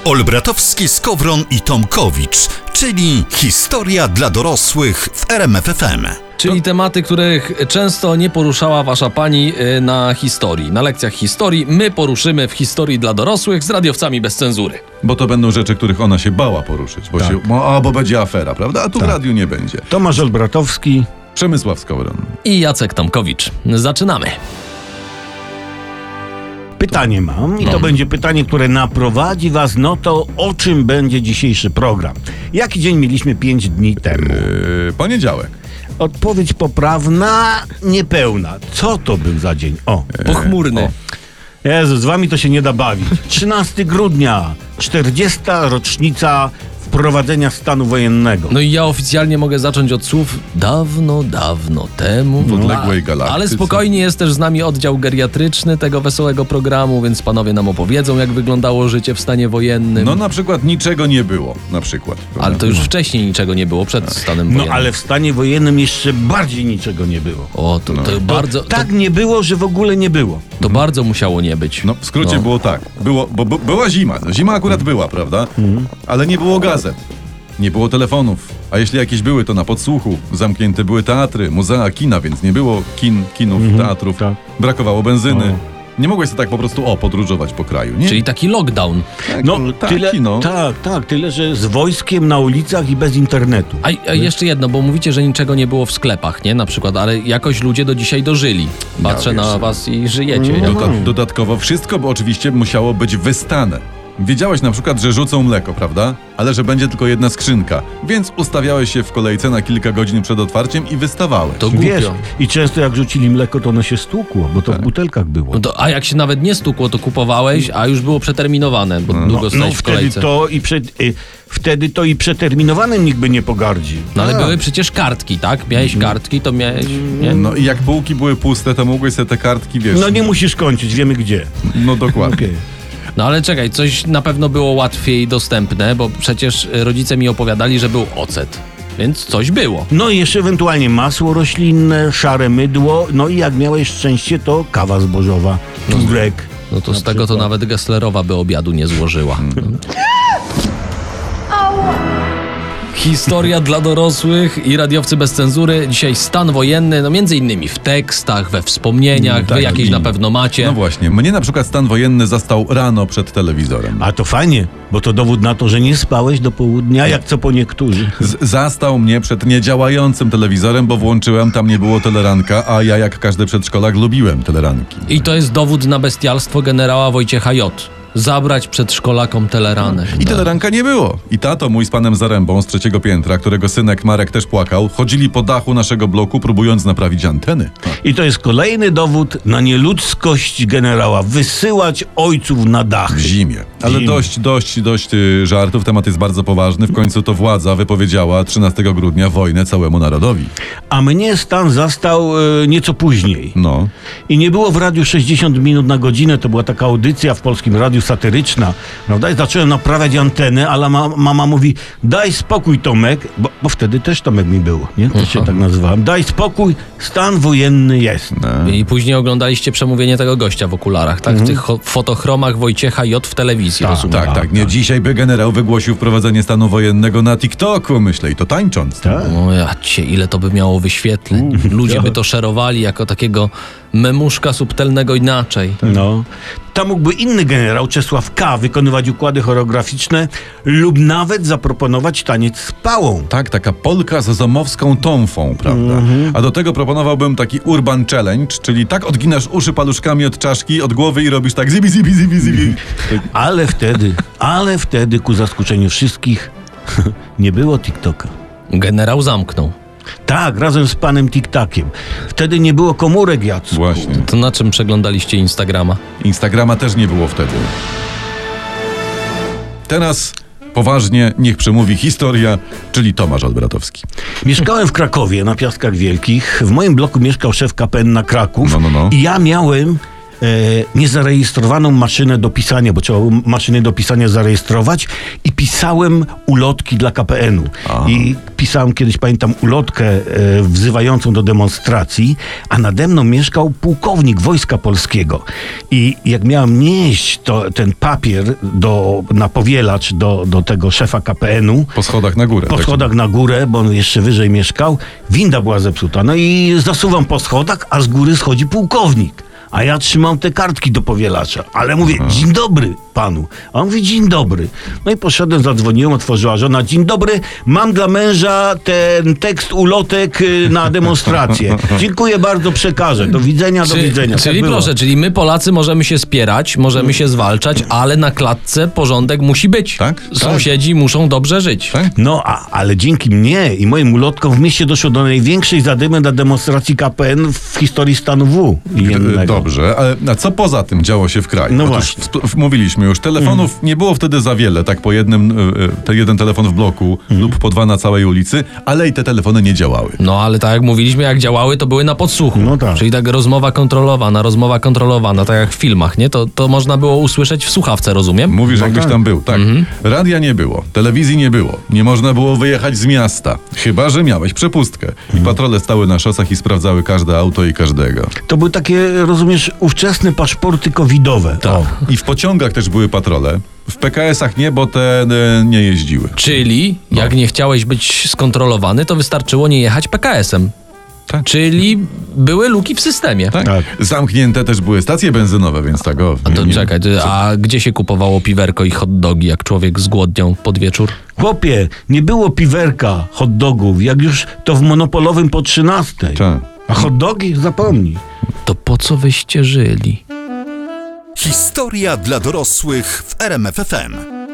Olbratowski, Skowron i Tomkowicz, czyli historia dla dorosłych w RMF FM. Czyli tematy, których często nie poruszała wasza pani na historii. Na lekcjach historii my poruszymy w historii dla dorosłych z radiowcami bez cenzury. Bo to będą rzeczy, których ona się bała poruszyć, bo będzie afera, prawda? A tu w radiu nie będzie. Tomasz Olbratowski, Przemysław Skowron I Jacek Tomkowicz. Zaczynamy. pytanie mam i to będzie pytanie, które naprowadzi was, no to o czym będzie dzisiejszy program? Jaki dzień mieliśmy 5 dni temu? Poniedziałek. Odpowiedź poprawna, niepełna. Co to był za dzień? Pochmurny. Jezu, z wami to się nie da bawić. 13 grudnia, 40. rocznica wprowadzenia stanu wojennego. No i ja oficjalnie mogę zacząć od słów dawno, dawno temu. W odległej galaktyce. Ale spokojnie, jest też z nami oddział geriatryczny tego wesołego programu, więc panowie nam opowiedzą, jak wyglądało życie w stanie wojennym. No na przykład niczego nie było. Na przykład. Ale to już wcześniej niczego nie było, przed stanem wojennym. No ale w stanie wojennym jeszcze bardziej niczego nie było. O, to bardzo... Tak nie było, że w ogóle nie było. To bardzo musiało nie być. No w skrócie było tak. Bo była zima. Zima akurat była, prawda? Ale nie było gazet. Nie było telefonów. A jeśli jakieś były, to na podsłuchu. Zamknięte były teatry, muzea, kina, więc nie było kinów, teatrów. Tak. Brakowało benzyny. Nie mogłeś sobie tak po prostu podróżować po kraju, nie? Czyli taki lockdown. Tak, tyle, że z wojskiem na ulicach i bez internetu. A jeszcze jedno, bo mówicie, że niczego nie było w sklepach, nie? Na przykład, ale jakoś ludzie do dzisiaj dożyli. Patrzę na was i żyjecie. Dodatkowo wszystko oczywiście musiało być wystane. Wiedziałeś na przykład, że rzucą mleko, prawda? Ale że będzie tylko jedna skrzynka. Więc ustawiałeś się w kolejce na kilka godzin przed otwarciem i wystawałeś. To głupio. Wiesz, i często jak rzucili mleko, to ono się stłukło, bo to w butelkach było. No to, a jak się nawet nie stukło, to kupowałeś, a już było przeterminowane, bo długo stałeś w kolejce. Wtedy to i przeterminowanym nikt by nie pogardzi. No ale były przecież kartki, tak? Miałeś kartki, to miałeś... Nie? No i jak półki były puste, to mogłeś sobie te kartki, wiesz... No nie musisz kończyć, wiemy gdzie. No dokładnie. Okay. No ale czekaj, coś na pewno było łatwiej dostępne, bo przecież rodzice mi opowiadali, że był ocet. Więc coś było. No i jeszcze ewentualnie masło roślinne, szare mydło, no i jak miałeś szczęście, to kawa zbożowa, turek. No to z tego to nawet Gesslerowa by obiadu nie złożyła. Historia dla dorosłych i radiowcy bez cenzury. Dzisiaj stan wojenny, no między innymi w tekstach, we wspomnieniach, wy jakieś na pewno macie. No właśnie, mnie na przykład stan wojenny zastał rano przed telewizorem. A to fajnie, bo to dowód na to, że nie spałeś do południa, jak co po niektórzy. Zastał mnie przed niedziałającym telewizorem, bo włączyłem, tam nie było teleranka, a ja jak każdy przedszkolak lubiłem teleranki. I to jest dowód na bestialstwo generała Wojciecha J. Zabrać przedszkolakom teleranek. I teleranka nie było. I tato mój z panem Zarębą z 3. piętra, którego synek Marek też płakał, chodzili po dachu naszego bloku, próbując naprawić anteny. I to jest kolejny dowód na nieludzkość generała. Wysyłać ojców na dachy. W zimie. Ale dość żartów, temat jest bardzo poważny. W końcu to władza wypowiedziała 13 grudnia wojnę całemu narodowi. A mnie stan zastał nieco później. No. I nie było w radiu 60 minut na godzinę, to była taka audycja w Polskim Radiu satyryczna, prawda? I zacząłem naprawiać antenę, ale mama mówi, daj spokój Tomek, bo wtedy też Tomek mi było, nie? To się tak nazywałem. Daj spokój, stan wojenny jest. I później oglądaliście przemówienie tego gościa w okularach, tak? W tych fotochromach Wojciecha J w telewizji, rozumiem. Tak. Nie, dzisiaj by generał wygłosił wprowadzenie stanu wojennego na TikToku, myślę, i to tańcząc. Tak. O jacie, ile to by miało wyświetleń. Ludzie by to szerowali jako takiego memuszka subtelnego inaczej. No. Tam mógłby inny generał, Czesław K., wykonywać układy choreograficzne lub nawet zaproponować taniec z pałą. Tak, taka polka z zomowską tonfą, prawda? A do tego proponowałbym taki urban challenge, czyli tak odginasz uszy paluszkami od czaszki, od głowy i robisz tak zibi. Ale wtedy ku zaskoczeniu wszystkich nie było TikToka. Generał zamknął. Tak, razem z panem Tiktakiem. Wtedy nie było komórek, Jacku. Właśnie. To na czym przeglądaliście Instagrama? Instagrama też nie było wtedy. Teraz poważnie niech przemówi historia, czyli Tomasz Olbratowski. Mieszkałem w Krakowie na Piaskach Wielkich. W moim bloku mieszkał szef KPN na Kraków. No. I ja miałem niezarejestrowaną maszynę do pisania, bo trzeba było maszyny do pisania zarejestrować i pisałem ulotki dla KPN-u. I pisałem kiedyś, pamiętam, ulotkę wzywającą do demonstracji, a nade mną mieszkał pułkownik Wojska Polskiego. I jak miałem nieść ten papier na powielacz do tego szefa KPN-u, Po schodach na górę. po tak? schodach na górę, bo on jeszcze wyżej mieszkał, winda była zepsuta. No i zasuwam po schodach, a z góry schodzi pułkownik. A ja trzymam te kartki do powielacza. Ale mówię, dzień dobry panu. A on mówi, dzień dobry. No i poszedłem, zadzwoniłem, otworzyła żona. Dzień dobry, mam dla męża ten tekst ulotek na demonstrację. Dziękuję bardzo, przekażę. Do widzenia, do widzenia. Czyli Tak było. proszę, czyli my Polacy możemy się spierać, możemy się zwalczać, ale na klatce porządek musi być. Tak? Sąsiedzi muszą dobrze żyć. Tak? No, ale dzięki mnie i moim ulotkom w mieście doszło do największej zadymy na demonstracji KPN w historii stanu W. Imiennego. Dobrze, ale a co poza tym działo się w kraju? No Otóż właśnie. mówiliśmy już, telefonów nie było wtedy za wiele, tak po jeden telefon w bloku lub po 2 na całej ulicy, ale i te telefony nie działały. No ale tak jak mówiliśmy, jak działały, to były na podsłuchu. No tak. Czyli tak rozmowa kontrolowana, tak jak w filmach, nie? To można było usłyszeć w słuchawce, rozumiem? Mówisz, jakbyś tam był, tak. Radia nie było, telewizji nie było, nie można było wyjechać z miasta, chyba że miałeś przepustkę. I patrole stały na szosach i sprawdzały każde auto i każdego. To były takie, rozumiesz, ówczesne paszporty covidowe. Tak. O. I w pociągach też były patrole. W PKS-ach nie, bo te nie jeździły. Czyli jak nie chciałeś być skontrolowany, to wystarczyło nie jechać PKS-em. Tak. Czyli były luki w systemie. Tak. Tak. Zamknięte też były stacje benzynowe, więc tak o. A to czekaj, a gdzie się kupowało piwerko i hot dogi, jak człowiek zgłodniał pod wieczór? Chłopie, nie było piwerka, hot dogów, jak już to w monopolowym po 13. Tak. A hot dogi? Zapomnij. To po co wyście żyli? Historia dla dorosłych w RMF FM.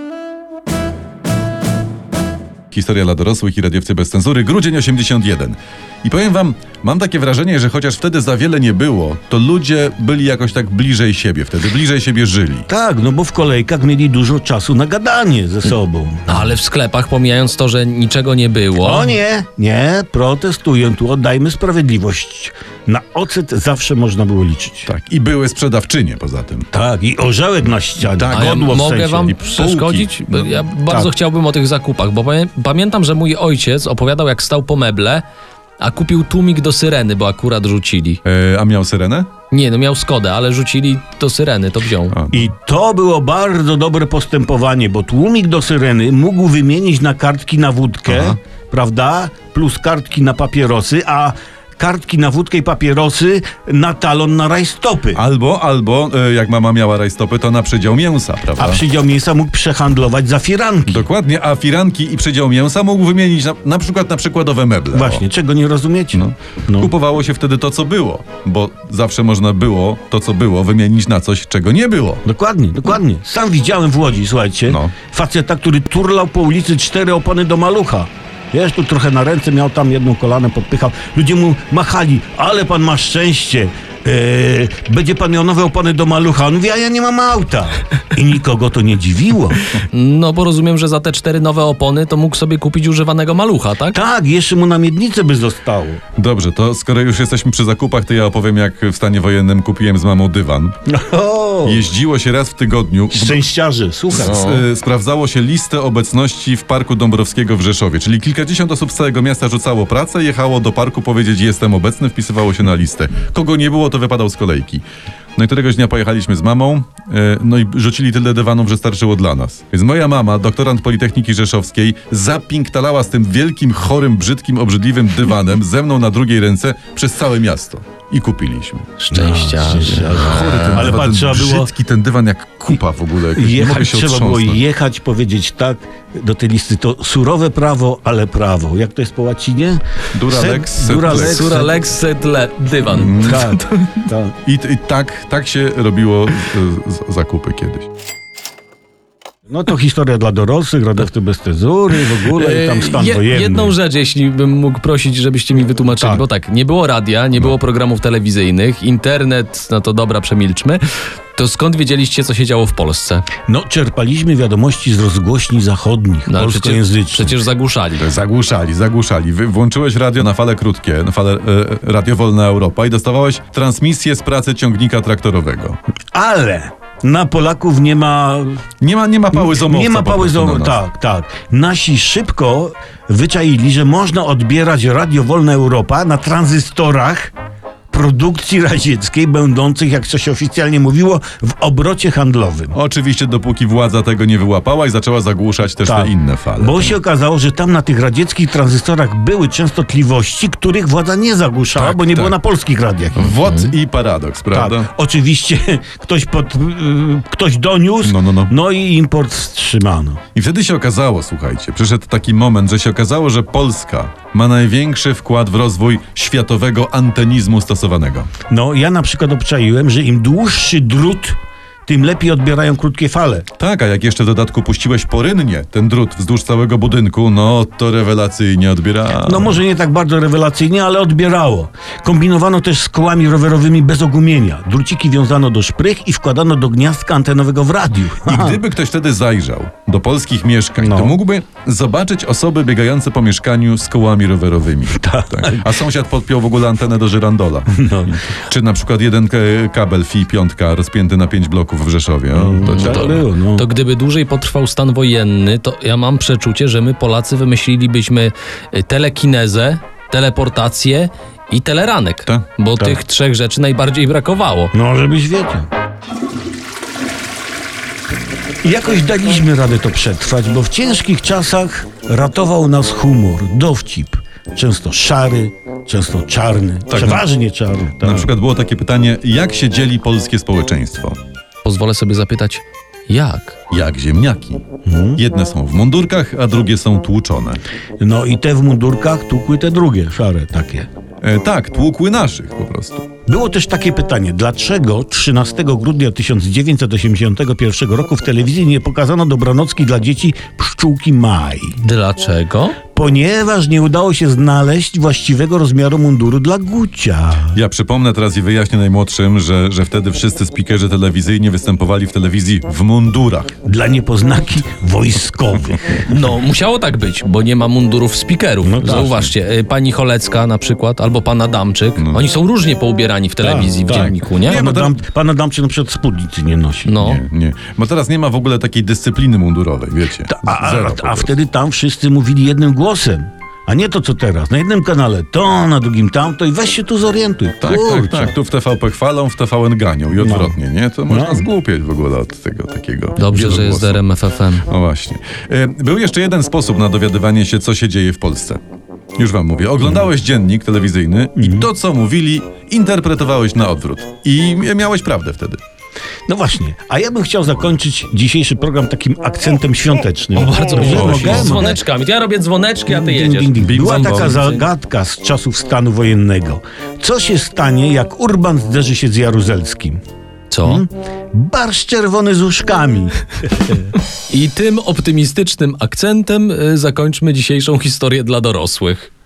Historia dla dorosłych i radiowcy bez cenzury, grudzień 81. I powiem wam, mam takie wrażenie, że chociaż wtedy za wiele nie było, to ludzie byli jakoś tak bliżej siebie wtedy, bliżej siebie żyli. Tak, no bo w kolejkach mieli dużo czasu na gadanie ze sobą. No, ale w sklepach, pomijając to, że niczego nie było... O nie, protestuję tu, oddajmy sprawiedliwość. Na ocet zawsze można było liczyć. Tak. I były sprzedawczynie poza tym. Tak, i orzełek na ścianie. Tak, A ja godło w mogę sensie. wam I przeszkodzić? półki. No, Ja bardzo tak. chciałbym o tych zakupach, bo pamiętam, że mój ojciec opowiadał, jak stał po meble, a kupił tłumik do Syreny, bo akurat rzucili. A miał syrenę? Nie, no miał Skodę, ale rzucili do Syreny, to wziął. A. I to było bardzo dobre postępowanie, bo tłumik do Syreny mógł wymienić na kartki na wódkę, Aha. prawda? Plus kartki na papierosy, a kartki na wódkę i papierosy na talon na rajstopy. Albo jak mama miała rajstopy, to na przydział mięsa, prawda? A przydział mięsa mógł przehandlować za firanki. Dokładnie, a firanki i przydział mięsa mógł wymienić na przykład na przykładowe meble. Właśnie, czego nie rozumiecie? No. Kupowało się wtedy to, co było, bo zawsze można było to, co było, wymienić na coś, czego nie było. Dokładnie. Sam widziałem w Łodzi, słuchajcie, No. faceta, który turlał po ulicy 4 opony do malucha. Wiesz, tu trochę na ręce miał, tam jedną kolanę podpychał. Ludzie mu machali, ale pan ma szczęście. Będzie pan miał nowe opony do malucha. On mówi, a ja nie mam auta. I nikogo to nie dziwiło. No bo rozumiem, że za te 4 nowe opony to mógł sobie kupić używanego malucha, tak? Tak, jeszcze mu na miednicę by zostało. Dobrze, to skoro już jesteśmy przy zakupach, to ja opowiem, jak w stanie wojennym kupiłem z mamą dywan. O, Jeździło się raz w tygodniu. szczęściarze, słuchaj. Sprawdzało się listę obecności w Parku Dąbrowskiego w Rzeszowie, czyli kilkadziesiąt osób z całego miasta rzucało pracę, jechało do parku powiedzieć, jestem obecny, wpisywało się na listę. Kogo nie było, to wypadał z kolejki. No i któregoś dnia pojechaliśmy z mamą, no i rzucili tyle dywanów, że starczyło dla nas. Więc moja mama, doktorant Politechniki Rzeszowskiej, zapinktalała z tym wielkim, chorym, brzydkim, obrzydliwym dywanem ze mną na drugiej ręce przez całe miasto. I kupiliśmy. Szczęściarze. Chory ten Ale dywan, patrz, trzeba ten było brzydki ten dywan jak kupa w ogóle. Nie mogę się Trzeba było otrząsnąć. jechać, powiedzieć tak do tej listy. To surowe prawo, ale prawo. Jak to jest po łacinie? Dura lex, sed Dura lex. lex. Sura lex sed dywan. Tak. I tak się robiło zakupy kiedyś. No to historia dla dorosłych, radiowcy bez cezury, w ogóle i tam stan wojenny. Jedną rzecz, jeśli bym mógł prosić, żebyście mi wytłumaczyli, Tak. bo tak, nie było radia, nie było programów telewizyjnych, internet, no to dobra, przemilczmy. To skąd wiedzieliście, co się działo w Polsce? No, czerpaliśmy wiadomości z rozgłośni zachodnich, No, ale polskojęzycznych. przecież zagłuszali. Zagłuszali. Włączyłeś radio na fale krótkie, na fale Radio Wolna Europa i dostawałeś transmisję z pracy ciągnika traktorowego. Ale na Polaków nie ma... Nie ma pały zomowca. Nie ma po pały prostu na zomowca, nas. tak. Nasi szybko wyczaili, że można odbierać Radio Wolna Europa na tranzystorach produkcji radzieckiej, będących, jak to się oficjalnie mówiło, w obrocie handlowym. Oczywiście dopóki władza tego nie wyłapała i zaczęła zagłuszać też te inne fale. Bo się okazało, że tam na tych radzieckich tranzystorach były częstotliwości, których władza nie zagłuszała, Tak, bo nie tak. było na polskich radiach. WOT i paradoks, prawda? Tak, oczywiście ktoś doniósł, No. I import wstrzymano. I wtedy się okazało, słuchajcie, przyszedł taki moment, że się okazało, że Polska ma największy wkład w rozwój światowego antenizmu stosowanego. No, ja na przykład obczaiłem, że im dłuższy drut, tym lepiej odbierają krótkie fale. Tak, a jak jeszcze w dodatku puściłeś porynnie ten drut wzdłuż całego budynku, no to rewelacyjnie odbiera. No może nie tak bardzo rewelacyjnie, ale odbierało. Kombinowano też z kołami rowerowymi bez ogumienia. Druciki wiązano do szprych i wkładano do gniazdka antenowego w radiu. I gdyby ktoś wtedy zajrzał do polskich mieszkań, No. to mógłby zobaczyć osoby biegające po mieszkaniu z kołami rowerowymi. Tak. A sąsiad podpiął w ogóle antenę do żyrandola. No. Czy na przykład jeden kabel Fi 5 rozpięty na 5 bloków w Rzeszowie. Tak było, no. To gdyby dłużej potrwał stan wojenny, to ja mam przeczucie, że my Polacy wymyślilibyśmy telekinezę, teleportację i teleranek. Tak. Bo tych trzech rzeczy najbardziej brakowało. No, żebyś wiedział. I jakoś daliśmy radę to przetrwać, bo w ciężkich czasach ratował nas humor, dowcip. Często szary, często czarny, przeważnie czarny. Tak. Na przykład było takie pytanie, jak się dzieli polskie społeczeństwo? Pozwolę sobie zapytać, jak? Jak ziemniaki. Jedne są w mundurkach, a drugie są tłuczone. No i te w mundurkach tłukły te drugie, szare takie. Tak, tłukły naszych po prostu. Było też takie pytanie, dlaczego 13 grudnia 1981 roku w telewizji nie pokazano dobranocki dla dzieci Pszczółki Maj? Dlaczego? Ponieważ nie udało się znaleźć właściwego rozmiaru munduru dla Gucia. Ja przypomnę teraz i wyjaśnię najmłodszym, że wtedy wszyscy spikerzy telewizyjni występowali w telewizji w mundurach. Dla niepoznaki wojskowych. No, musiało tak być, bo nie ma mundurów speakerów. No tak. Zauważcie, pani Cholecka na przykład, albo pan Adamczyk, oni są różnie poubierani w telewizji, w dzienniku, nie? Pan Adamczyk na przykład spódnicy nie nosi. No. Nie. Bo teraz nie ma w ogóle takiej dyscypliny mundurowej, wiecie. Zero po A prostu. wtedy tam wszyscy mówili jednym głosem. A nie to co teraz. Na jednym kanale to, na drugim tamto i weź się tu zorientuj. Tak. Tu w TVP chwalą, w TVN ganią i odwrotnie, nie? To można zgłupieć w ogóle od tego takiego. Dobrze, że jest wielogłosu. RMF FM. No właśnie. Był jeszcze jeden sposób na dowiadywanie się, co się dzieje w Polsce. Już wam mówię. Oglądałeś dziennik telewizyjny i to, co mówili, interpretowałeś na odwrót. I miałeś prawdę wtedy. No właśnie. A ja bym chciał zakończyć dzisiejszy program takim akcentem świątecznym. O, bardzo bym Mogę? prosił. Z dzwoneczkami. To ja robię dzwoneczki, a ty jedziesz. Była Bing, taka bong. zagadka z czasów stanu wojennego. Co się stanie, jak Urban zderzy się z Jaruzelskim? Co? Barszcz czerwony z uszkami. I tym optymistycznym akcentem zakończmy dzisiejszą historię dla dorosłych.